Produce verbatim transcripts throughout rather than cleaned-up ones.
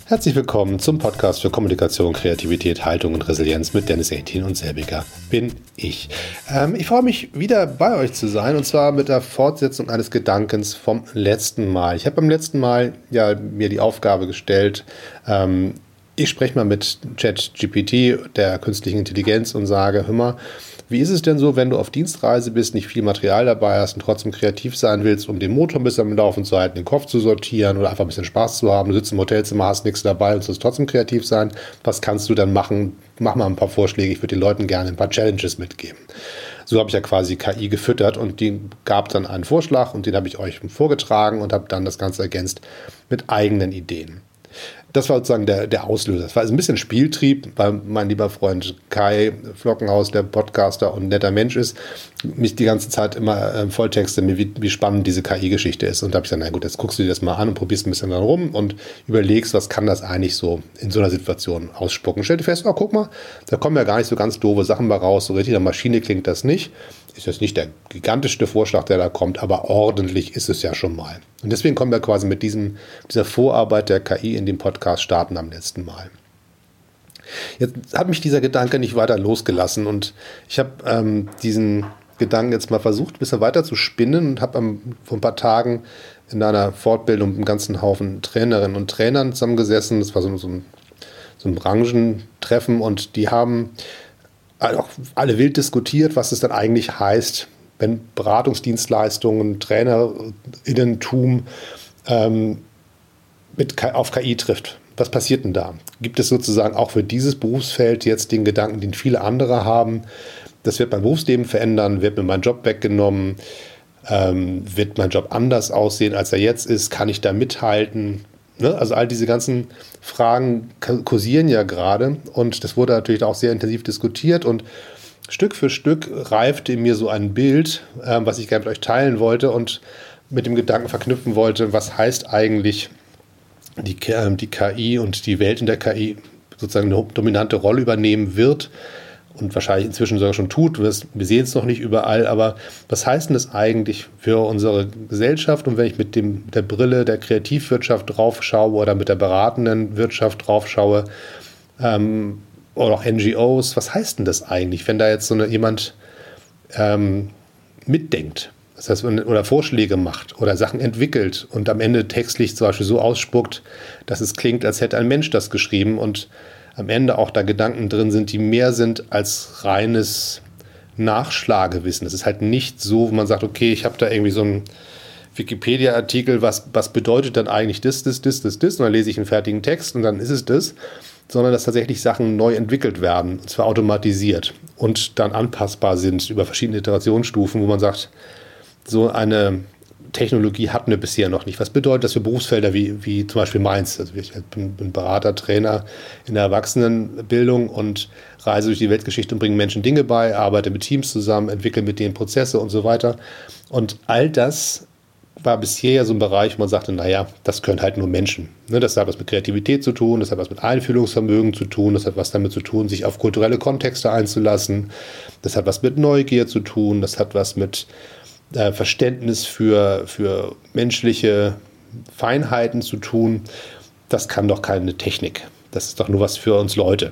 Herzlich willkommen zum Podcast für Kommunikation, Kreativität, Haltung und Resilienz mit Dennis Etienne und selbiger bin ich. Ähm, ich freue mich wieder bei euch zu sein und zwar mit der Fortsetzung eines Gedankens vom letzten Mal. Ich habe beim letzten Mal ja mir die Aufgabe gestellt, ähm, ich spreche mal mit ChatGPT, der künstlichen Intelligenz, und sage, hör mal, wie ist es denn so, wenn du auf Dienstreise bist, nicht viel Material dabei hast und trotzdem kreativ sein willst, um den Motor ein bisschen am Laufen zu halten, den Kopf zu sortieren oder einfach ein bisschen Spaß zu haben? Du sitzt im Hotelzimmer, hast nichts dabei und sollst trotzdem kreativ sein. Was kannst du dann machen? Mach mal ein paar Vorschläge. Ich würde den Leuten gerne ein paar Challenges mitgeben. So habe ich ja quasi K I gefüttert und die gab dann einen Vorschlag und den habe ich euch vorgetragen und habe dann das Ganze ergänzt mit eigenen Ideen. Das war sozusagen der, der Auslöser. Das war also ein bisschen Spieltrieb, weil mein lieber Freund Kai Flockenhaus, der Podcaster und netter Mensch ist, mich die ganze Zeit immer äh, volltexte, wie, wie spannend diese K I-Geschichte ist. Und da habe ich gesagt, na gut, jetzt guckst du dir das mal an und probierst ein bisschen dann rum und überlegst, was kann das eigentlich so in so einer Situation ausspucken. Stell dir fest, oh, guck mal, da kommen ja gar nicht so ganz doofe Sachen mal raus. So richtig nach Maschine klingt das nicht. Ist jetzt nicht der gigantischste Vorschlag, der da kommt, aber ordentlich ist es ja schon mal. Und deswegen kommen wir quasi mit diesem, dieser Vorarbeit der K I in dem Podcast starten am letzten Mal. Jetzt hat mich dieser Gedanke nicht weiter losgelassen und ich habe ähm, diesen Gedanken jetzt mal versucht, ein bisschen weiter zu spinnen und habe vor ein paar Tagen in einer Fortbildung mit einem ganzen Haufen Trainerinnen und Trainern zusammengesessen. Das war so, so, ein, so ein Branchentreffen und die haben auch alle wild diskutiert, was es dann eigentlich heißt, wenn Beratungsdienstleistungen, TrainerInnentum ähm, mit, auf K I trifft. Was passiert denn da? Gibt es sozusagen auch für dieses Berufsfeld jetzt den Gedanken, den viele andere haben, das wird mein Berufsleben verändern, wird mir mein Job weggenommen, ähm, wird mein Job anders aussehen, als er jetzt ist, kann ich da mithalten? Ne? Also all diese ganzen Fragen kursieren ja gerade und das wurde natürlich auch sehr intensiv diskutiert und Stück für Stück reifte in mir so ein Bild, äh, was ich gerne mit euch teilen wollte und mit dem Gedanken verknüpfen wollte, was heißt eigentlich die, äh, die K I und die Welt in der K I sozusagen eine dominante Rolle übernehmen wird und wahrscheinlich inzwischen sogar schon tut. Wir sehen es noch nicht überall, aber was heißt denn das eigentlich für unsere Gesellschaft? Und wenn ich mit dem, der Brille der Kreativwirtschaft drauf schaue oder mit der beratenden Wirtschaft drauf schaue, ähm, oder auch N G Os, was heißt denn das eigentlich, wenn da jetzt so eine, jemand ähm, mitdenkt? Das heißt, oder Vorschläge macht oder Sachen entwickelt und am Ende textlich zum Beispiel so ausspuckt, dass es klingt, als hätte ein Mensch das geschrieben und am Ende auch da Gedanken drin sind, die mehr sind als reines Nachschlagewissen. Das ist halt nicht so, wo man sagt, okay, ich habe da irgendwie so einen Wikipedia-Artikel, was, was bedeutet dann eigentlich das, das, das, das, das, und dann lese ich einen fertigen Text und dann ist es das, sondern dass tatsächlich Sachen neu entwickelt werden, und zwar automatisiert und dann anpassbar sind über verschiedene Iterationsstufen, wo man sagt, so eine Technologie hatten wir bisher noch nicht. Was bedeutet das für Berufsfelder wie, wie zum Beispiel meins? Also ich bin, bin Berater, Trainer in der Erwachsenenbildung und reise durch die Weltgeschichte und bringe Menschen Dinge bei, arbeite mit Teams zusammen, entwickle mit denen Prozesse und so weiter. Und all das war bisher ja so ein Bereich, wo man sagte, naja, das können halt nur Menschen. Ne, das hat was mit Kreativität zu tun, das hat was mit Einfühlungsvermögen zu tun, das hat was damit zu tun, sich auf kulturelle Kontexte einzulassen, das hat was mit Neugier zu tun, das hat was mit äh, Verständnis für, für menschliche Feinheiten zu tun. Das kann doch keine Technik. Das ist doch nur was für uns Leute.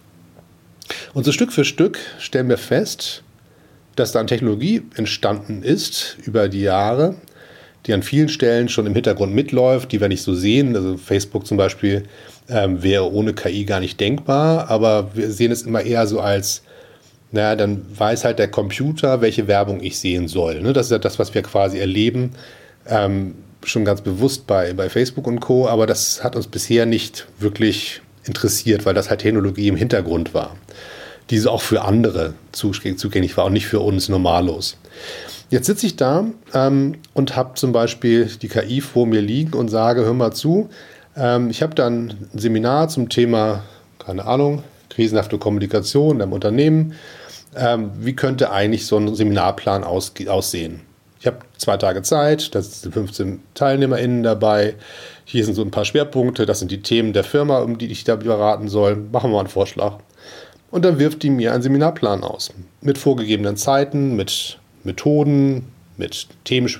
Und so Stück für Stück stellen wir fest, dass da eine Technologie entstanden ist über die Jahre, die an vielen Stellen schon im Hintergrund mitläuft, die wir nicht so sehen. Also Facebook zum Beispiel ähm, wäre ohne K I gar nicht denkbar, aber wir sehen es immer eher so als, naja, dann weiß halt der Computer, welche Werbung ich sehen soll. Ne? Das ist ja das, was wir quasi erleben, ähm, schon ganz bewusst bei, bei Facebook und Co., aber das hat uns bisher nicht wirklich interessiert, weil das halt Technologie im Hintergrund war, die so auch für andere zugänglich war und nicht für uns normallos. Jetzt sitze ich da ähm, und habe zum Beispiel die K I vor mir liegen und sage, hör mal zu, ähm, ich habe dann ein Seminar zum Thema, keine Ahnung, krisenhafte Kommunikation im Unternehmen. Ähm, wie könnte eigentlich so ein Seminarplan aus, aussehen? Ich habe zwei Tage Zeit, da sind fünfzehn TeilnehmerInnen dabei. Hier sind so ein paar Schwerpunkte, das sind die Themen der Firma, um die ich da beraten soll. Machen wir mal einen Vorschlag. Und dann wirft die mir einen Seminarplan aus. Mit vorgegebenen Zeiten, mit Methoden, mit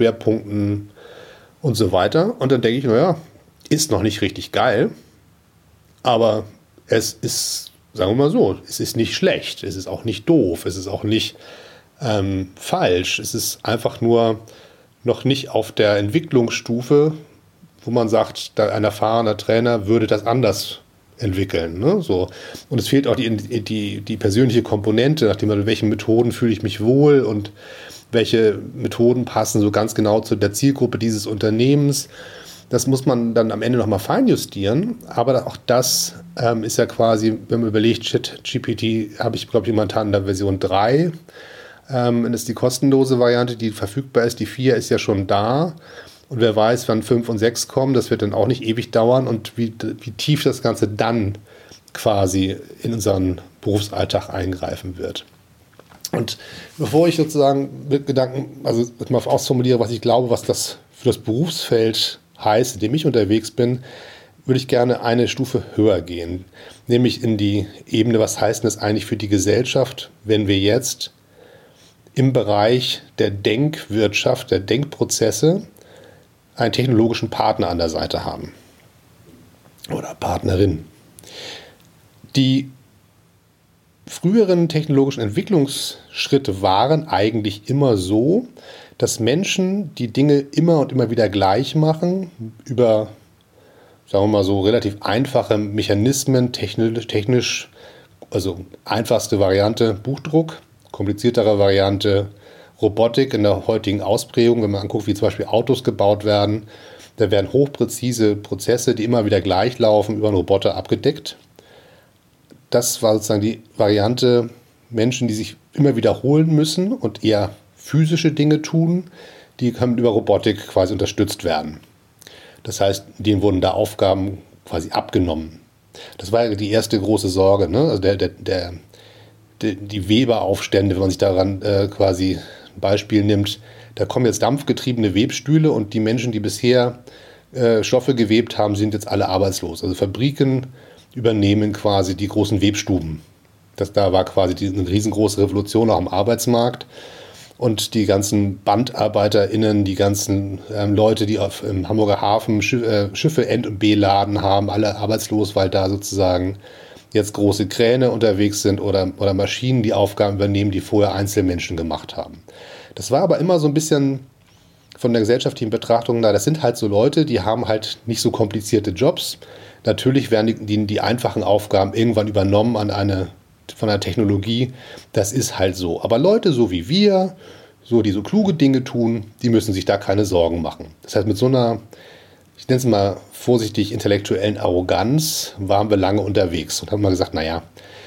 Themenschwerpunkten und so weiter. Und dann denke ich, naja, ist noch nicht richtig geil. Aber es ist, sagen wir mal so, es ist nicht schlecht, es ist auch nicht doof, es ist auch nicht ähm, falsch. Es ist einfach nur noch nicht auf der Entwicklungsstufe, wo man sagt, ein erfahrener Trainer würde das anders entwickeln. Ne? So. Und es fehlt auch die, die, die persönliche Komponente, nachdem man, mit welchen Methoden fühle ich mich wohl und welche Methoden passen so ganz genau zu der Zielgruppe dieses Unternehmens. Das muss man dann am Ende nochmal feinjustieren, aber auch das ähm, ist ja quasi, wenn man überlegt, ChatGPT habe ich, glaube ich, momentan in der Version drei. Ähm, das ist die kostenlose Variante, die verfügbar ist. Die vier ist ja schon da. Und wer weiß, wann fünf und sechs kommen, das wird dann auch nicht ewig dauern. Und wie, wie tief das Ganze dann quasi in unseren Berufsalltag eingreifen wird. Und bevor ich sozusagen mit Gedanken, also mal ausformuliere, was ich glaube, was das für das Berufsfeld heißt, in dem ich unterwegs bin, würde ich gerne eine Stufe höher gehen. Nämlich in die Ebene, was heißt denn das eigentlich für die Gesellschaft, wenn wir jetzt im Bereich der Denkwirtschaft, der Denkprozesse einen technologischen Partner an der Seite haben. Oder Partnerin. Die früheren technologischen Entwicklungsschritte waren eigentlich immer so, dass Menschen die Dinge immer und immer wieder gleich machen, über, sagen wir mal so, relativ einfache Mechanismen, technisch, technisch also einfachste Variante Buchdruck, kompliziertere Variante Robotik in der heutigen Ausprägung, wenn man anguckt, wie zum Beispiel Autos gebaut werden, da werden hochpräzise Prozesse, die immer wieder gleich laufen, über einen Roboter abgedeckt. Das war sozusagen die Variante Menschen, die sich immer wiederholen müssen und eher physische Dinge tun, die können über Robotik quasi unterstützt werden. Das heißt, denen wurden da Aufgaben quasi abgenommen. Das war ja die erste große Sorge, ne? Also der, der, der, die Weberaufstände, wenn man sich daran äh, quasi ein Beispiel nimmt, da kommen jetzt dampfgetriebene Webstühle und die Menschen, die bisher äh, Stoffe gewebt haben, sind jetzt alle arbeitslos. Also Fabriken übernehmen quasi die großen Webstuben. Das, da war quasi die, eine riesengroße Revolution auch am Arbeitsmarkt. Und die ganzen BandarbeiterInnen, die ganzen ähm, Leute, die auf im Hamburger Hafen Schiff, äh, Schiffe end- und beladen haben, alle arbeitslos, weil da sozusagen jetzt große Kräne unterwegs sind oder, oder Maschinen die Aufgaben übernehmen, die vorher Einzelmenschen gemacht haben. Das war aber immer so ein bisschen von der gesellschaftlichen Betrachtung, na, das sind halt so Leute, die haben halt nicht so komplizierte Jobs. Natürlich werden die, die, die einfachen Aufgaben irgendwann übernommen an eine, von der Technologie. Das ist halt so. Aber Leute so wie wir, so die so kluge Dinge tun, die müssen sich da keine Sorgen machen. Das heißt, mit so einer, ich nenne es mal vorsichtig, intellektuellen Arroganz waren wir lange unterwegs und haben mal gesagt, naja,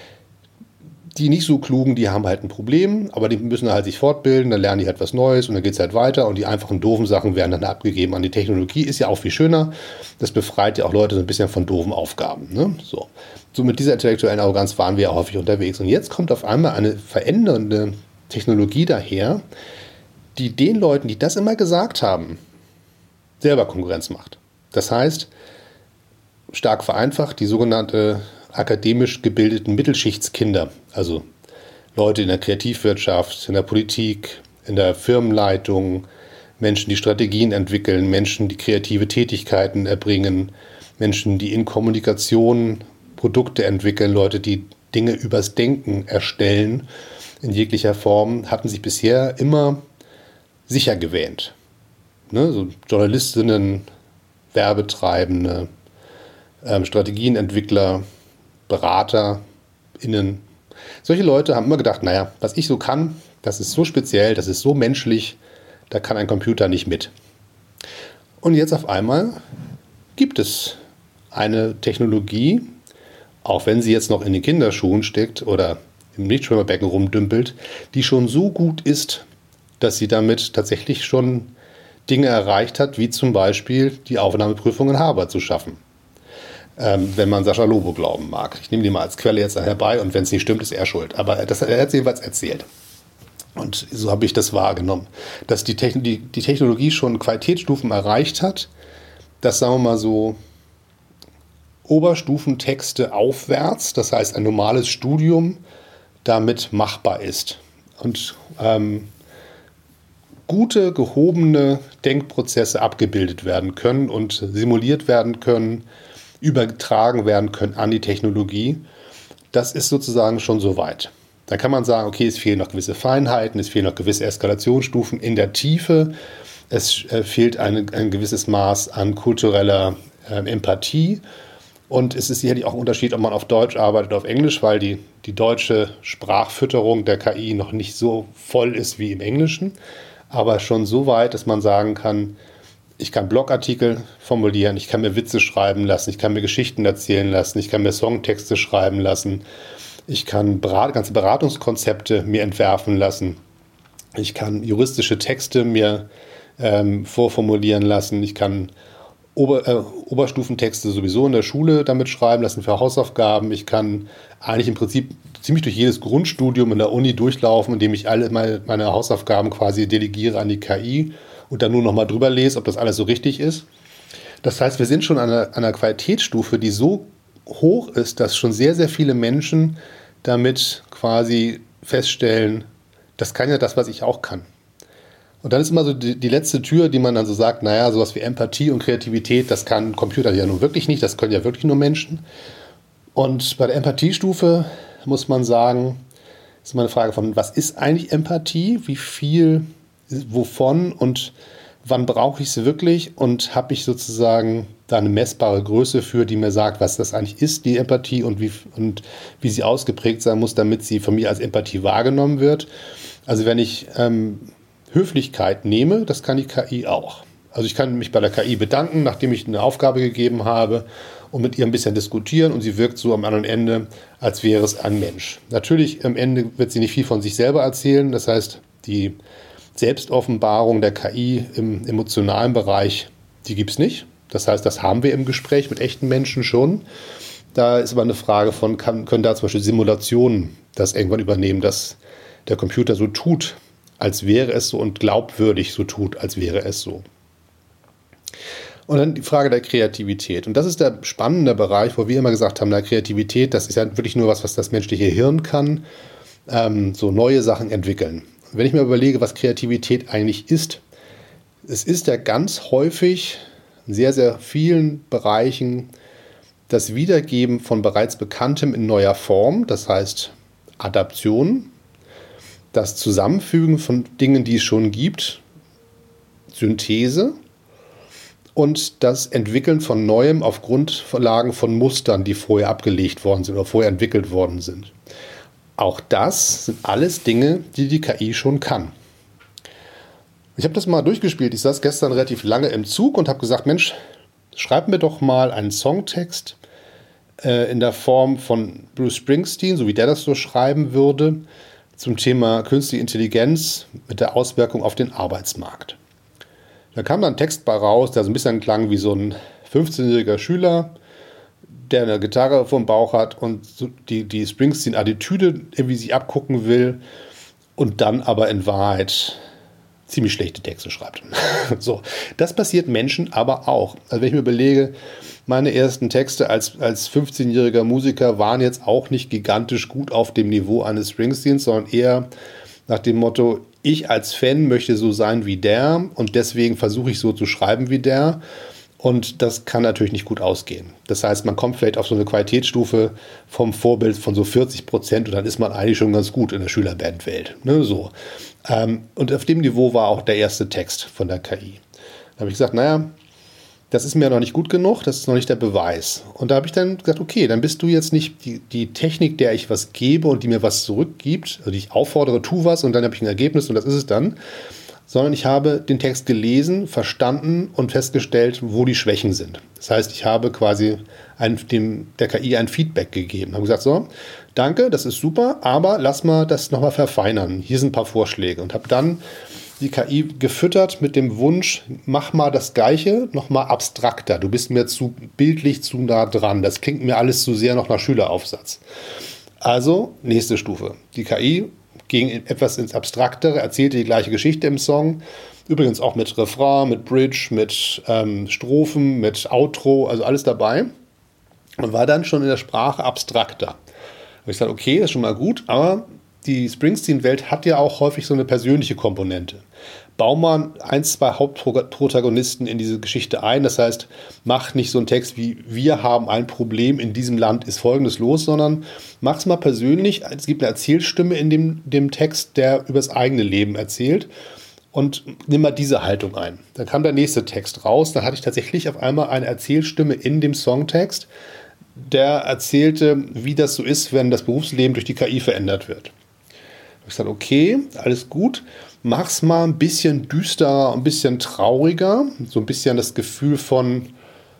die nicht so klugen, die haben halt ein Problem, aber die müssen halt sich fortbilden, dann lernen die halt was Neues und dann geht es halt weiter und die einfachen doofen Sachen werden dann abgegeben an die Technologie. Ist ja auch viel schöner. Das befreit ja auch Leute so ein bisschen von doofen Aufgaben. Ne? So. so mit dieser intellektuellen Arroganz waren wir ja häufig unterwegs. Und jetzt kommt auf einmal eine verändernde Technologie daher, die den Leuten, die das immer gesagt haben, selber Konkurrenz macht. Das heißt, stark vereinfacht, die sogenannte akademisch gebildeten Mittelschichtskinder, also Leute in der Kreativwirtschaft, in der Politik, in der Firmenleitung, Menschen, die Strategien entwickeln, Menschen, die kreative Tätigkeiten erbringen, Menschen, die in Kommunikation Produkte entwickeln, Leute, die Dinge übers Denken erstellen, in jeglicher Form, hatten sich bisher immer sicher gewähnt. Ne? So Journalistinnen, Werbetreibende, ähm, Strategienentwickler, BeraterInnen. Solche Leute haben immer gedacht, naja, was ich so kann, das ist so speziell, das ist so menschlich, da kann ein Computer nicht mit. Und jetzt auf einmal gibt es eine Technologie, auch wenn sie jetzt noch in den Kinderschuhen steckt oder im Nichtschwimmerbecken rumdümpelt, die schon so gut ist, dass sie damit tatsächlich schon Dinge erreicht hat, wie zum Beispiel die Aufnahmeprüfung in Harvard zu schaffen. Ähm, wenn man Sascha Lobo glauben mag. Ich nehme die mal als Quelle jetzt herbei und wenn es nicht stimmt, ist er schuld. Aber das, er hat es jedenfalls erzählt. Und so habe ich das wahrgenommen, dass die, Techn- die, die Technologie schon Qualitätsstufen erreicht hat, dass, sagen wir mal so, Oberstufentexte aufwärts, das heißt ein normales Studium, damit machbar ist. Und ähm, gute, gehobene Denkprozesse abgebildet werden können und simuliert werden können übertragen werden können an die Technologie. Das ist sozusagen schon so weit. Da kann man sagen, okay, es fehlen noch gewisse Feinheiten, es fehlen noch gewisse Eskalationsstufen in der Tiefe, es äh, fehlt eine, ein gewisses Maß an kultureller äh, Empathie und es ist sicherlich auch ein Unterschied, ob man auf Deutsch arbeitet oder auf Englisch, weil die, die deutsche Sprachfütterung der K I noch nicht so voll ist wie im Englischen, aber schon so weit, dass man sagen kann, ich kann Blogartikel formulieren, ich kann mir Witze schreiben lassen, ich kann mir Geschichten erzählen lassen, ich kann mir Songtexte schreiben lassen, ich kann Berat- ganze Beratungskonzepte mir entwerfen lassen, ich kann juristische Texte mir ähm, vorformulieren lassen, ich kann Ober, äh, Oberstufentexte sowieso in der Schule damit schreiben lassen für Hausaufgaben, ich kann eigentlich im Prinzip ziemlich durch jedes Grundstudium in der Uni durchlaufen, indem ich alle meine, meine Hausaufgaben quasi delegiere an die K I und dann nur noch mal drüber lese, ob das alles so richtig ist. Das heißt, wir sind schon an einer, an einer Qualitätsstufe, die so hoch ist, dass schon sehr, sehr viele Menschen damit quasi feststellen, das kann ja das, was ich auch kann. Und dann ist immer so die, die letzte Tür, die man dann so sagt, naja, sowas wie Empathie und Kreativität, das kann Computer ja nun wirklich nicht, das können ja wirklich nur Menschen. Und bei der Empathiestufe muss man sagen, ist immer eine Frage von, was ist eigentlich Empathie, wie viel, wovon und wann brauche ich es wirklich und habe ich sozusagen da eine messbare Größe für, die mir sagt, was das eigentlich ist, die Empathie und wie, und wie sie ausgeprägt sein muss, damit sie von mir als Empathie wahrgenommen wird. Also wenn ich ähm, Höflichkeit nehme, das kann die K I auch. Also ich kann mich bei der K I bedanken, nachdem ich eine Aufgabe gegeben habe und mit ihr ein bisschen diskutieren und sie wirkt so am anderen Ende, als wäre es ein Mensch. Natürlich am Ende wird sie nicht viel von sich selber erzählen, das heißt, die Selbstoffenbarung der K I im emotionalen Bereich, die gibt es nicht. Das heißt, das haben wir im Gespräch mit echten Menschen schon. Da ist aber eine Frage von, kann, können da zum Beispiel Simulationen das irgendwann übernehmen, dass der Computer so tut, als wäre es so und glaubwürdig so tut, als wäre es so. Und dann die Frage der Kreativität. Und das ist der spannende Bereich, wo wir immer gesagt haben, na, Kreativität, das ist ja wirklich nur was, was das menschliche Hirn kann, ähm, so neue Sachen entwickeln. Wenn ich mir überlege, was Kreativität eigentlich ist, es ist ja ganz häufig in sehr, sehr vielen Bereichen das Wiedergeben von bereits Bekanntem in neuer Form, das heißt Adaption, das Zusammenfügen von Dingen, die es schon gibt, Synthese und das Entwickeln von Neuem auf Grundlagen von Mustern, die vorher abgelegt worden sind oder vorher entwickelt worden sind. Auch das sind alles Dinge, die die K I schon kann. Ich habe das mal durchgespielt. Ich saß gestern relativ lange im Zug und habe gesagt, Mensch, schreib mir doch mal einen Songtext äh, in der Form von Bruce Springsteen, so wie der das so schreiben würde, zum Thema Künstliche Intelligenz mit der Auswirkung auf den Arbeitsmarkt. Da kam dann ein Text bei raus, der so ein bisschen klang wie so ein fünfzehnjähriger Schüler, der eine Gitarre vor dem Bauch hat und die, die Springsteen-Attitüde irgendwie sich abgucken will und dann aber in Wahrheit ziemlich schlechte Texte schreibt. So, das passiert Menschen aber auch. Also wenn ich mir überlege, meine ersten Texte als, als fünfzehnjähriger Musiker waren jetzt auch nicht gigantisch gut auf dem Niveau eines Springsteens, sondern eher nach dem Motto, ich als Fan möchte so sein wie der und deswegen versuche ich so zu schreiben wie der. Und das kann natürlich nicht gut ausgehen. Das heißt, man kommt vielleicht auf so eine Qualitätsstufe vom Vorbild von so vierzig Prozent und dann ist man eigentlich schon ganz gut in der Schülerbandwelt. Ne, so. Ähm, und auf dem Niveau war auch der erste Text von der K I. Da habe ich gesagt, naja, das ist mir noch nicht gut genug, das ist noch nicht der Beweis. Und da habe ich dann gesagt, okay, dann bist du jetzt nicht die, die Technik, der ich was gebe und die mir was zurückgibt, also die ich auffordere, tu was und dann habe ich ein Ergebnis und das ist es dann, sondern ich habe den Text gelesen, verstanden und festgestellt, wo die Schwächen sind. Das heißt, ich habe quasi ein, dem, der K I ein Feedback gegeben. Ich habe gesagt, so, danke, das ist super, aber lass mal das nochmal verfeinern. Hier sind ein paar Vorschläge. Und habe dann die K I gefüttert mit dem Wunsch, mach mal das Gleiche nochmal abstrakter. Du bist mir zu bildlich zu nah dran. Das klingt mir alles zu sehr noch nach Schüleraufsatz. Also, nächste Stufe. Die K I ging etwas ins Abstraktere, erzählte die gleiche Geschichte im Song. Übrigens auch mit Refrain, mit Bridge, mit ähm, Strophen, mit Outro, also alles dabei. Und war dann schon in der Sprache abstrakter. Und ich sagte, okay, das ist schon mal gut, aber die Springsteen-Welt hat ja auch häufig so eine persönliche Komponente. Bau mal ein, zwei Hauptprotagonisten in diese Geschichte ein. Das heißt, mach nicht so einen Text wie wir haben ein Problem in diesem Land, ist Folgendes los, sondern mach's mal persönlich. Es gibt eine Erzählstimme in dem, dem Text, der über das eigene Leben erzählt. Und nimm mal diese Haltung ein. Dann kam der nächste Text raus. Dann hatte ich tatsächlich auf einmal eine Erzählstimme in dem Songtext, der erzählte, wie das so ist, wenn das Berufsleben durch die K I verändert wird. Ich gesagt, okay, alles gut, mach's mal ein bisschen düsterer, ein bisschen trauriger, so ein bisschen das Gefühl von,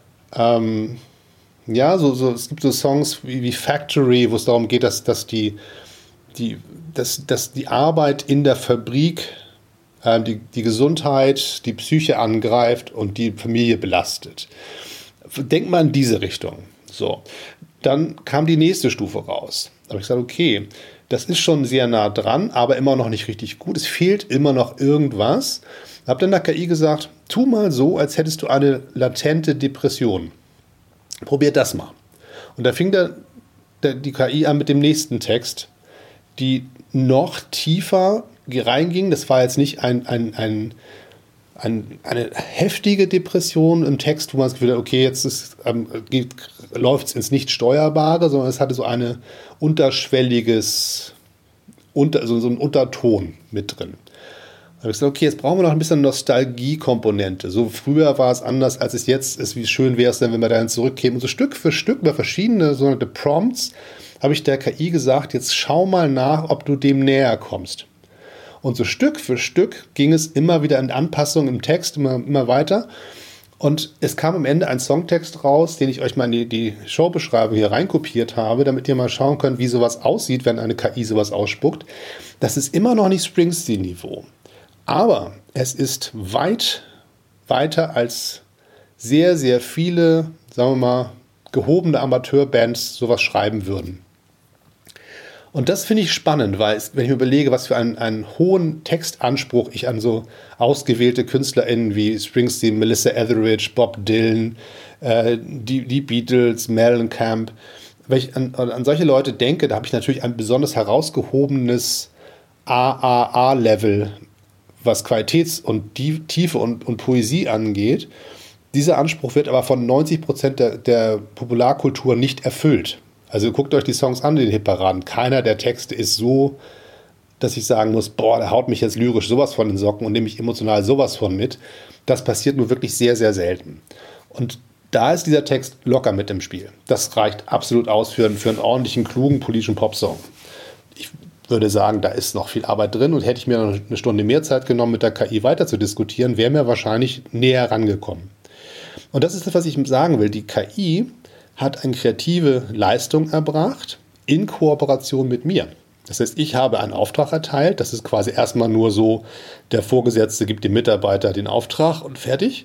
ähm, ja, so, so, es gibt so Songs wie, wie Factory, wo es darum geht, dass, dass, die, die, dass, dass die Arbeit in der Fabrik äh, die, die Gesundheit, die Psyche angreift und die Familie belastet. Denk mal in diese Richtung. So, dann kam die nächste Stufe raus. Da habe ich gesagt, okay, das ist schon sehr nah dran, aber immer noch nicht richtig gut. Es fehlt immer noch irgendwas. Habe dann der K I gesagt, tu mal so, als hättest du eine latente Depression. Probier das mal. Und da fing der, der, die K I an mit dem nächsten Text, die noch tiefer reinging. Das war jetzt nicht ein, ein, ein, ein, eine heftige Depression im Text, wo man das Gefühl hat, okay, jetzt ist, ähm, läuft es ins Nicht-Steuerbare, sondern es hatte so eine unterschwelliges, unter, also so einen Unterton mit drin. Da habe ich gesagt, okay, jetzt brauchen wir noch ein bisschen Nostalgie-Komponente. So früher war es anders, als es jetzt ist. Wie schön wäre es denn, wenn wir dahin zurückkämen. Und so Stück für Stück über verschiedene sogenannte Prompts habe ich der K I gesagt, jetzt schau mal nach, ob du dem näher kommst. Und so Stück für Stück ging es immer wieder in Anpassungen im Text, immer, immer weiter. Und es kam am Ende ein Songtext raus, den ich euch mal in die, die Showbeschreibung hier reinkopiert habe, damit ihr mal schauen könnt, wie sowas aussieht, wenn eine K I sowas ausspuckt. Das ist immer noch nicht Springsteen-Niveau. Aber es ist weit weiter als sehr, sehr viele, sagen wir mal, gehobene Amateurbands sowas schreiben würden. Und das finde ich spannend, weil es, wenn ich mir überlege, was für einen, einen hohen Textanspruch ich an so ausgewählte KünstlerInnen wie Springsteen, Melissa Etheridge, Bob Dylan, äh, die, die Beatles, Mellencamp, wenn ich an, an solche Leute denke, da habe ich natürlich ein besonders herausgehobenes A A A-Level, was Qualitäts- und die Tiefe und, und Poesie angeht. Dieser Anspruch wird aber von neunzig Prozent der, der Popularkultur nicht erfüllt. Also guckt euch die Songs an, den Hitparaden. Keiner der Texte ist so, dass ich sagen muss, boah, der haut mich jetzt lyrisch sowas von den Socken und nehme mich emotional sowas von mit. Das passiert nur wirklich sehr, sehr selten. Und da ist dieser Text locker mit im Spiel. Das reicht absolut aus für, für einen ordentlichen, klugen, politischen Popsong. Ich würde sagen, da ist noch viel Arbeit drin und hätte ich mir noch eine Stunde mehr Zeit genommen, mit der K I weiter zu diskutieren, wäre mir wahrscheinlich näher rangekommen. Und das ist das, was ich sagen will. Die K I hat eine kreative Leistung erbracht in Kooperation mit mir. Das heißt, ich habe einen Auftrag erteilt. Das ist quasi erstmal nur so, der Vorgesetzte gibt dem Mitarbeiter den Auftrag und fertig.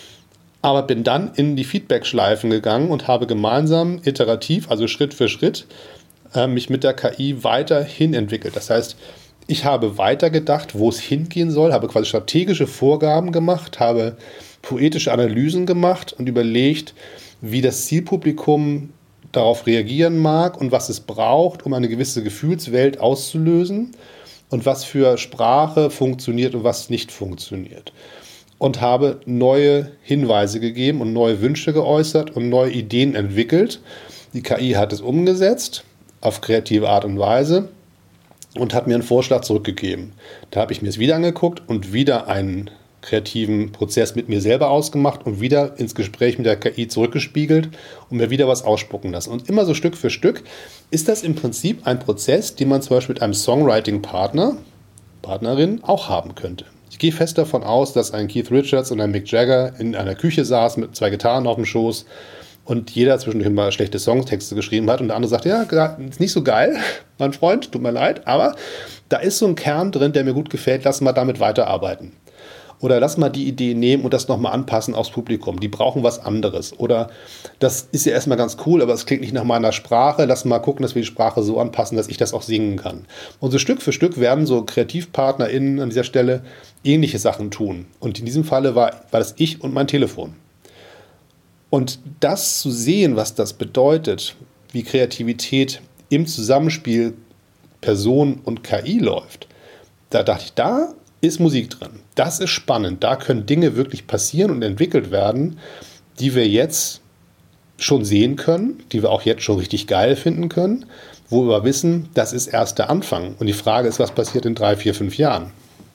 Aber bin dann in die Feedback-Schleifen gegangen und habe gemeinsam, iterativ, also Schritt für Schritt, äh, mich mit der K I weiterhin entwickelt. Das heißt, ich habe weitergedacht, wo es hingehen soll, habe quasi strategische Vorgaben gemacht, habe poetische Analysen gemacht und überlegt, wie das Zielpublikum darauf reagieren mag und was es braucht, um eine gewisse Gefühlswelt auszulösen und was für Sprache funktioniert und was nicht funktioniert. Und habe neue Hinweise gegeben und neue Wünsche geäußert und neue Ideen entwickelt. Die K I hat es umgesetzt auf kreative Art und Weise und hat mir einen Vorschlag zurückgegeben. Da habe ich mir es wieder angeguckt und wieder einen kreativen Prozess mit mir selber ausgemacht und wieder ins Gespräch mit der K I zurückgespiegelt und mir wieder was ausspucken lassen. Und immer so Stück für Stück ist das im Prinzip ein Prozess, den man zum Beispiel mit einem Songwriting-Partner, Partnerin auch haben könnte. Ich gehe fest davon aus, dass ein Keith Richards und ein Mick Jagger in einer Küche saßen mit zwei Gitarren auf dem Schoß und jeder zwischendurch mal schlechte Songtexte geschrieben hat und der andere sagt, ja, ist nicht so geil, mein Freund, tut mir leid, aber da ist so ein Kern drin, der mir gut gefällt, lass mal damit weiterarbeiten. Oder lass mal die Idee nehmen und das nochmal anpassen aufs Publikum. Die brauchen was anderes. Oder das ist ja erstmal ganz cool, aber es klingt nicht nach meiner Sprache. Lass mal gucken, dass wir die Sprache so anpassen, dass ich das auch singen kann. Und so Stück für Stück werden so KreativpartnerInnen an dieser Stelle ähnliche Sachen tun. Und in diesem Falle war, war das ich und mein Telefon. Und das zu sehen, was das bedeutet, wie Kreativität im Zusammenspiel Person und K I läuft, da dachte ich, da ist Musik drin. Das ist spannend. Da können Dinge wirklich passieren und entwickelt werden, die wir jetzt schon sehen können, die wir auch jetzt schon richtig geil finden können, wo wir wissen, das ist erst der Anfang. Und die Frage ist, was passiert in drei, vier, fünf Jahren?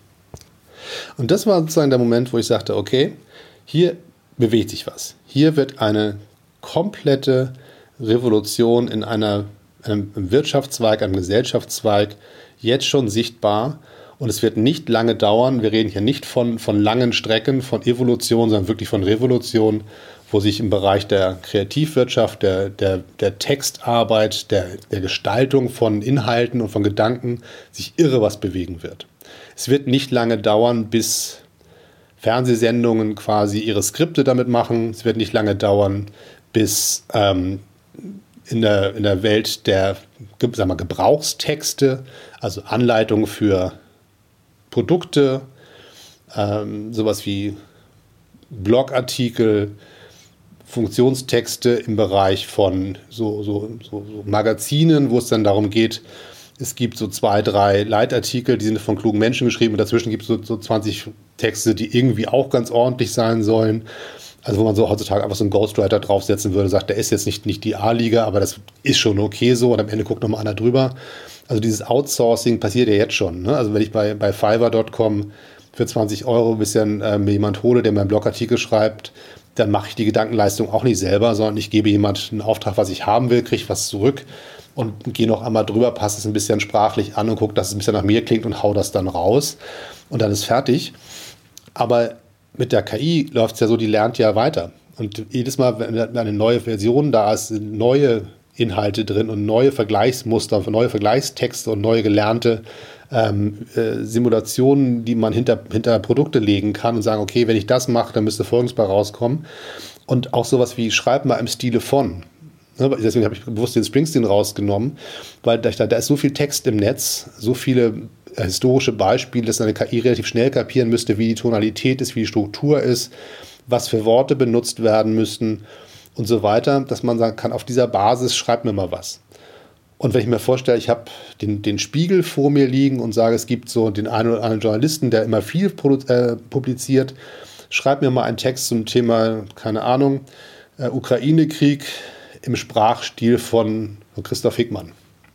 Und das war sozusagen der Moment, wo ich sagte, okay, hier bewegt sich was. Hier wird eine komplette Revolution in einer, einem Wirtschaftszweig, einem Gesellschaftszweig jetzt schon sichtbar. Und es wird nicht lange dauern. Wir reden hier nicht von, von langen Strecken, von Evolution, sondern wirklich von Revolution, wo sich im Bereich der Kreativwirtschaft, der, der, der Textarbeit, der, der Gestaltung von Inhalten und von Gedanken sich irre was bewegen wird. Es wird nicht lange dauern, bis Fernsehsendungen quasi ihre Skripte damit machen. Es wird nicht lange dauern, bis ähm, in der, in der Welt der sagen wir, Gebrauchstexte, also Anleitungen für Produkte, ähm, sowas wie Blogartikel, Funktionstexte im Bereich von so, so, so, so Magazinen, wo es dann darum geht, es gibt so zwei, drei Leitartikel, die sind von klugen Menschen geschrieben und dazwischen gibt es so, so zwanzig Texte, die irgendwie auch ganz ordentlich sein sollen. Also wo man so heutzutage einfach so einen Ghostwriter draufsetzen würde, sagt, der ist jetzt nicht, nicht die A-Liga, aber das ist schon okay so und am Ende guckt nochmal einer drüber. Also dieses Outsourcing passiert ja jetzt schon. Ne? Also wenn ich bei, bei Fiverr Punkt com für zwanzig Euro ein bisschen äh, mir jemand hole, der meinen Blogartikel schreibt, dann mache ich die Gedankenleistung auch nicht selber, sondern ich gebe jemand einen Auftrag, was ich haben will, kriege was zurück und gehe noch einmal drüber, passe es ein bisschen sprachlich an und gucke, dass es ein bisschen nach mir klingt und hau das dann raus und dann ist fertig. Aber mit der K I läuft es ja so, die lernt ja weiter. Und jedes Mal, wenn eine neue Version da ist, sind neue Inhalte drin und neue Vergleichsmuster, neue Vergleichstexte und neue gelernte ähm, äh, Simulationen, die man hinter, hinter Produkte legen kann und sagen, okay, wenn ich das mache, dann müsste Folgendes bei rauskommen. Und auch sowas wie, schreib mal im Stile von. Deswegen habe ich bewusst den Springsteen rausgenommen, weil da, da ist so viel Text im Netz, so viele historische Beispiele, dass eine K I relativ schnell kapieren müsste, wie die Tonalität ist, wie die Struktur ist, was für Worte benutzt werden müssten und so weiter, dass man sagen kann, auf dieser Basis schreib mir mal was. Und wenn ich mir vorstelle, ich habe den, den Spiegel vor mir liegen und sage, es gibt so den einen oder anderen Journalisten, der immer viel produ- äh, publiziert, schreib mir mal einen Text zum Thema, keine Ahnung, äh, Ukraine-Krieg im Sprachstil von Christoph Hickmann.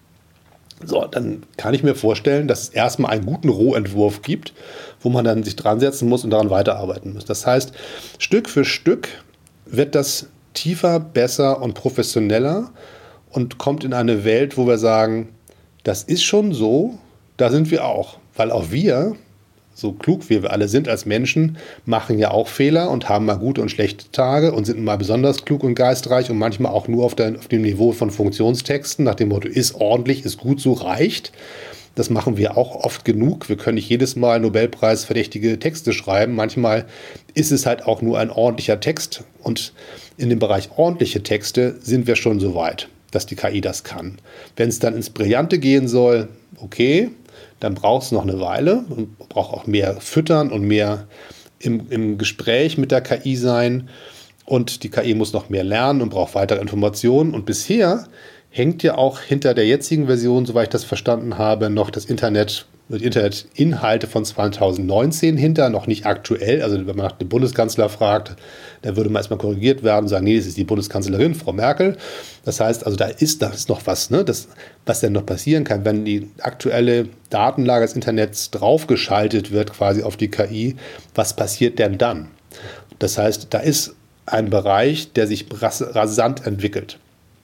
So, dann kann ich mir vorstellen, dass es erstmal einen guten Rohentwurf gibt, wo man dann sich dran setzen muss und daran weiterarbeiten muss. Das heißt, Stück für Stück wird das tiefer, besser und professioneller und kommt in eine Welt, wo wir sagen, das ist schon so, da sind wir auch. Weil auch wir, so klug wie wir alle sind als Menschen, machen ja auch Fehler und haben mal gute und schlechte Tage und sind mal besonders klug und geistreich und manchmal auch nur auf, der, auf dem Niveau von Funktionstexten, nach dem Motto, ist ordentlich, ist gut, so reicht. Das machen wir auch oft genug. Wir können nicht jedes Mal Nobelpreis-verdächtige Texte schreiben. Manchmal ist es halt auch nur ein ordentlicher Text. Und in dem Bereich ordentliche Texte sind wir schon so weit, dass die K I das kann. Wenn es dann ins Brillante gehen soll, okay, dann braucht es noch eine Weile und braucht auch mehr füttern und mehr im, im Gespräch mit der K I sein. Und die K I muss noch mehr lernen und braucht weitere Informationen. Und bisher hängt ja auch hinter der jetzigen Version, soweit ich das verstanden habe, noch das Internet, die Internetinhalte von zweitausendneunzehn hinter, noch nicht aktuell. Also wenn man nach dem Bundeskanzler fragt, da würde man erstmal korrigiert werden und sagen, nee, das ist die Bundeskanzlerin, Frau Merkel. Das heißt, also da ist, da ist noch was, ne? Das, was denn noch passieren kann, wenn die aktuelle Datenlage des Internets draufgeschaltet wird quasi auf die K I, was passiert denn dann? Das heißt, da ist ein Bereich, der sich ras- rasant entwickelt.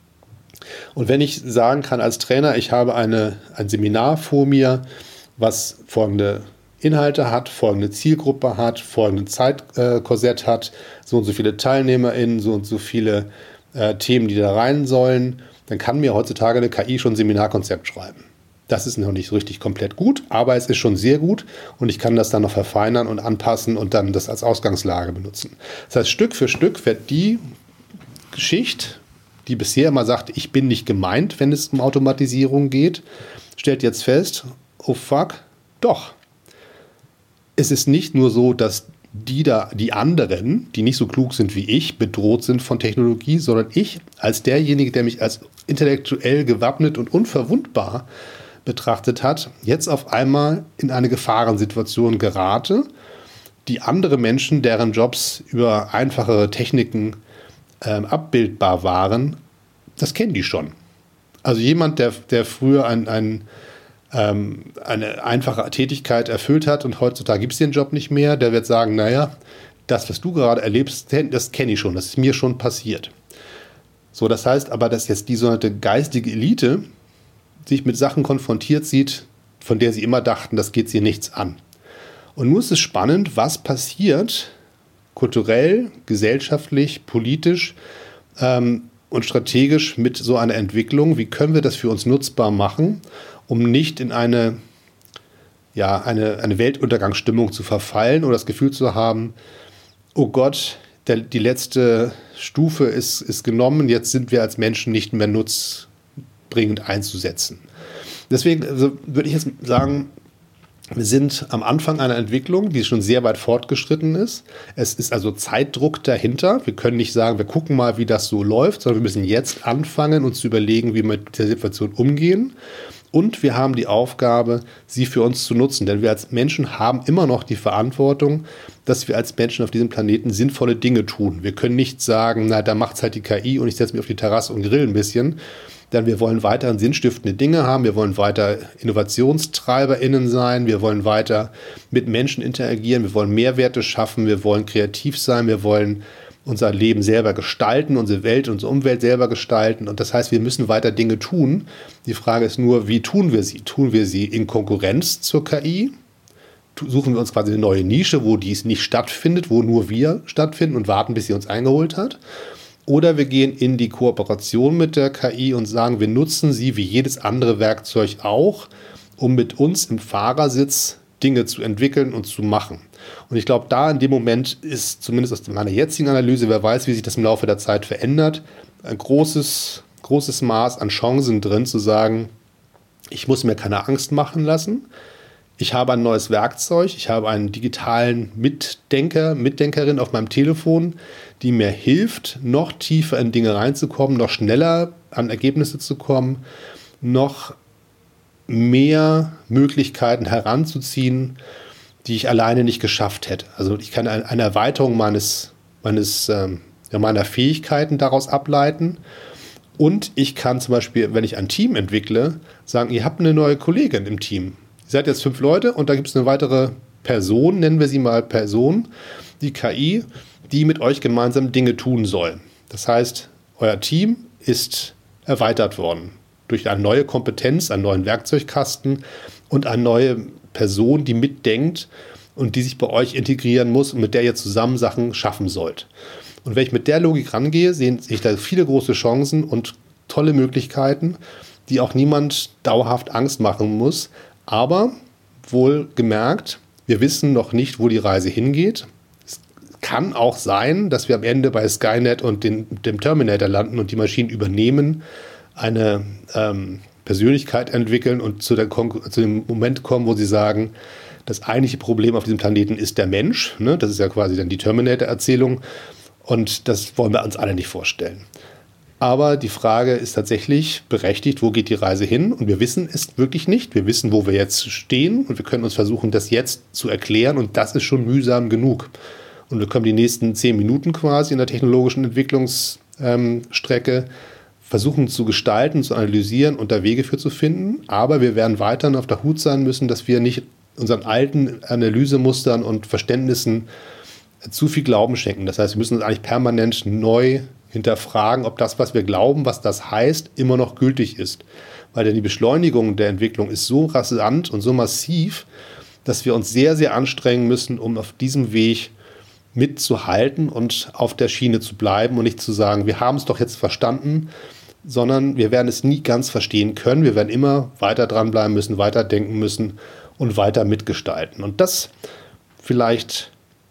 Und wenn ich sagen kann als Trainer, ich habe eine, ein Seminar vor mir, was folgende Inhalte hat, folgende Zielgruppe hat, folgende Zeitkorsett hat, so und so viele TeilnehmerInnen, so und so viele äh, Themen, die da rein sollen, dann kann mir heutzutage eine K I schon ein Seminarkonzept schreiben. Das ist noch nicht so richtig komplett gut, aber es ist schon sehr gut und ich kann das dann noch verfeinern und anpassen und dann das als Ausgangslage benutzen. Das heißt, Stück für Stück wird die Geschichte, die bisher immer sagt, ich bin nicht gemeint, wenn es um Automatisierung geht, stellt jetzt fest, oh fuck, doch. Es ist nicht nur so, dass die da, die anderen, die nicht so klug sind wie ich, bedroht sind von Technologie, sondern ich als derjenige, der mich als intellektuell gewappnet und unverwundbar betrachtet hat, jetzt auf einmal in eine Gefahrensituation gerate, die andere Menschen, deren Jobs über einfachere Techniken ähm, abbildbar waren, das kennen die schon. Also jemand, der, der früher ein, ein, ähm, eine einfache Tätigkeit erfüllt hat und heutzutage gibt es den Job nicht mehr, der wird sagen, naja, das, was du gerade erlebst, das kenne ich schon, das ist mir schon passiert. So, das heißt aber, dass jetzt die sogenannte geistige Elite sich mit Sachen konfrontiert sieht, von der sie immer dachten, das geht sie nichts an. Und nun ist es spannend, was passiert kulturell, gesellschaftlich, politisch ähm, und strategisch mit so einer Entwicklung. Wie können wir das für uns nutzbar machen, um nicht in eine, ja, eine, eine Weltuntergangsstimmung zu verfallen oder das Gefühl zu haben, oh Gott, der, die letzte Stufe ist, ist genommen, jetzt sind wir als Menschen nicht mehr nutzbringend einzusetzen. Deswegen also würde ich jetzt sagen, wir sind am Anfang einer Entwicklung, die schon sehr weit fortgeschritten ist. Es ist also Zeitdruck dahinter. Wir können nicht sagen, wir gucken mal, wie das so läuft, sondern wir müssen jetzt anfangen, uns zu überlegen, wie wir mit der Situation umgehen. Und wir haben die Aufgabe, sie für uns zu nutzen. Denn wir als Menschen haben immer noch die Verantwortung, dass wir als Menschen auf diesem Planeten sinnvolle Dinge tun. Wir können nicht sagen, na, da macht's halt die K I und ich setze mich auf die Terrasse und grill ein bisschen. Denn wir wollen weiterhin sinnstiftende Dinge haben, wir wollen weiter InnovationstreiberInnen sein, wir wollen weiter mit Menschen interagieren, wir wollen Mehrwerte schaffen, wir wollen kreativ sein, wir wollen unser Leben selber gestalten, unsere Welt, unsere Umwelt selber gestalten. Und das heißt, wir müssen weiter Dinge tun. Die Frage ist nur, wie tun wir sie? Tun wir sie in Konkurrenz zur K I? Suchen wir uns quasi eine neue Nische, wo dies nicht stattfindet, wo nur wir stattfinden und warten, bis sie uns eingeholt hat? Oder wir gehen in die Kooperation mit der K I und sagen, wir nutzen sie wie jedes andere Werkzeug auch, um mit uns im Fahrersitz Dinge zu entwickeln und zu machen. Und ich glaube, da in dem Moment ist zumindest aus meiner jetzigen Analyse, wer weiß, wie sich das im Laufe der Zeit verändert, ein großes, großes Maß an Chancen drin, zu sagen, ich muss mir keine Angst machen lassen. Ich habe ein neues Werkzeug, ich habe einen digitalen Mitdenker, Mitdenkerin auf meinem Telefon, die mir hilft, noch tiefer in Dinge reinzukommen, noch schneller an Ergebnisse zu kommen, noch mehr Möglichkeiten heranzuziehen, die ich alleine nicht geschafft hätte. Also ich kann eine Erweiterung meines, meines, ähm, ja, meiner Fähigkeiten daraus ableiten. Und ich kann zum Beispiel, wenn ich ein Team entwickle, sagen, ihr habt eine neue Kollegin im Team. Ihr seid jetzt fünf Leute und da gibt es eine weitere Person, nennen wir sie mal Person, die K I, die mit euch gemeinsam Dinge tun soll. Das heißt, euer Team ist erweitert worden durch eine neue Kompetenz, einen neuen Werkzeugkasten und eine neue Person, die mitdenkt und die sich bei euch integrieren muss und mit der ihr zusammen Sachen schaffen sollt. Und wenn ich mit der Logik rangehe, sehe ich da viele große Chancen und tolle Möglichkeiten, die auch niemand dauerhaft Angst machen muss. Aber wohl gemerkt, wir wissen noch nicht, wo die Reise hingeht. Es kann auch sein, dass wir am Ende bei Skynet und den, dem Terminator landen und die Maschinen übernehmen, eine ähm, Persönlichkeit entwickeln und zu, der Kon- zu dem Moment kommen, wo sie sagen, das eigentliche Problem auf diesem Planeten ist der Mensch. Ne? Das ist ja quasi dann die Terminator-Erzählung. Und das wollen wir uns alle nicht vorstellen. Aber die Frage ist tatsächlich berechtigt, wo geht die Reise hin? Und wir wissen es wirklich nicht. Wir wissen, wo wir jetzt stehen und wir können uns versuchen, das jetzt zu erklären. Und das ist schon mühsam genug. Und wir können die nächsten zehn Minuten quasi in der technologischen Entwicklungsstrecke ähm, versuchen zu gestalten, zu analysieren und da Wege für zu finden. Aber wir werden weiterhin auf der Hut sein müssen, dass wir nicht unseren alten Analysemustern und Verständnissen zu viel Glauben schenken. Das heißt, wir müssen uns eigentlich permanent neu hinterfragen, ob das, was wir glauben, was das heißt, immer noch gültig ist. Weil denn die Beschleunigung der Entwicklung ist so rasant und so massiv, dass wir uns sehr, sehr anstrengen müssen, um auf diesem Weg mitzuhalten und auf der Schiene zu bleiben und nicht zu sagen, wir haben es doch jetzt verstanden, sondern wir werden es nie ganz verstehen können. Wir werden immer weiter dranbleiben müssen, weiter denken müssen und weiter mitgestalten. Und das vielleicht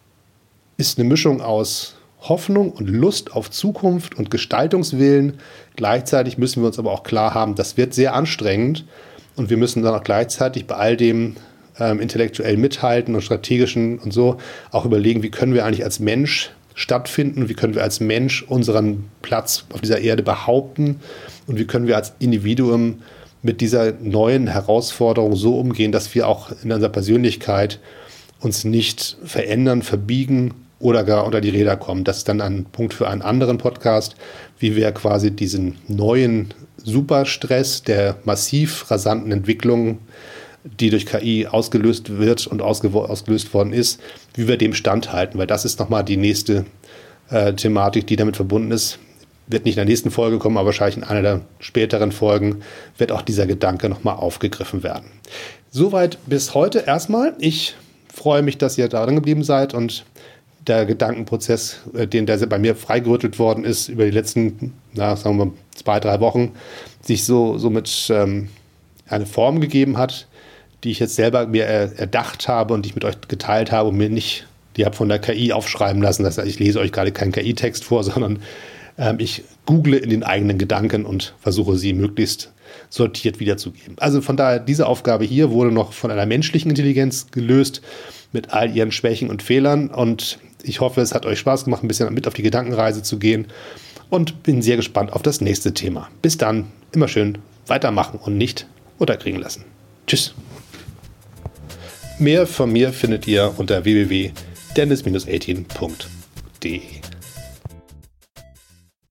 ist eine Mischung aus Hoffnung und Lust auf Zukunft und Gestaltungswillen. Gleichzeitig müssen wir uns aber auch klar haben, das wird sehr anstrengend und wir müssen dann auch gleichzeitig bei all dem ähm, intellektuell mithalten und strategischen und so auch überlegen, wie können wir eigentlich als Mensch stattfinden, wie können wir als Mensch unseren Platz auf dieser Erde behaupten und wie können wir als Individuum mit dieser neuen Herausforderung so umgehen, dass wir auch in unserer Persönlichkeit uns nicht verändern, verbiegen oder gar unter die Räder kommen. Das ist dann ein Punkt für einen anderen Podcast, wie wir quasi diesen neuen Superstress der massiv rasanten Entwicklungen, die durch K I ausgelöst wird und ausge- ausgelöst worden ist, wie wir dem standhalten. Weil das ist nochmal die nächste äh, Thematik, die damit verbunden ist. Wird nicht in der nächsten Folge kommen, aber wahrscheinlich in einer der späteren Folgen wird auch dieser Gedanke nochmal aufgegriffen werden. Soweit bis heute erstmal. Ich freue mich, dass ihr da dran geblieben seid und der Gedankenprozess, den der bei mir freigerüttelt worden ist, über die letzten, na, sagen wir mal, zwei, drei Wochen, sich so, so mit ähm, eine Form gegeben hat, die ich jetzt selber mir erdacht habe und die ich mit euch geteilt habe und mir nicht, die habe von der K I aufschreiben lassen. Das heißt, ich lese euch gerade keinen K I-Text vor, sondern ähm, ich google in den eigenen Gedanken und versuche sie möglichst sortiert wiederzugeben. Also von daher, diese Aufgabe hier wurde noch von einer menschlichen Intelligenz gelöst mit all ihren Schwächen und Fehlern und ich hoffe, es hat euch Spaß gemacht, ein bisschen mit auf die Gedankenreise zu gehen und bin sehr gespannt auf das nächste Thema. Bis dann, immer schön weitermachen und nicht unterkriegen lassen. Tschüss. Mehr von mir findet ihr unter w w w punkt dennis achtzehn punkt d e.